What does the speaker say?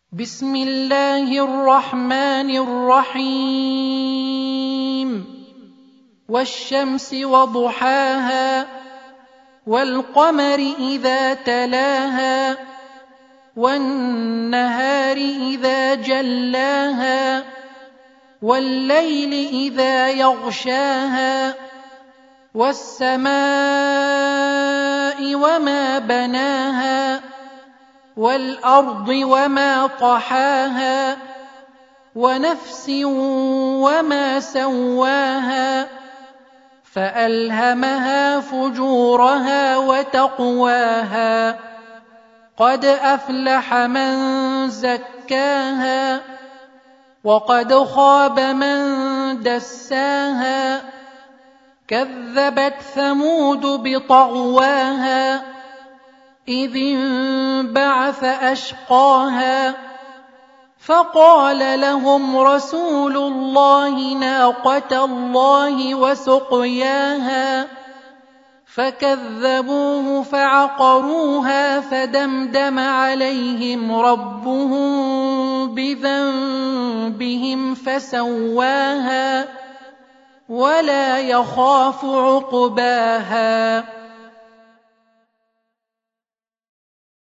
بسم الله الرحمن الرحيم والشمس وضحاها والقمر إذا تلاها والنهار إذا جلاها والليل إذا يغشاها والسماء وما بناها والأرض وما طحاها ونفس وما سواها فألهمها فجورها وتقواها قد أفلح من زكاها وقد خاب من دساها كذبت ثمود بطغواها إذ انبعث أشقاها فقال لهم رسول الله ناقة الله وسقياها فكذبوه فعقروها فدمدم عليهم ربهم بذنبهم فسواها ولا يخاف عقباها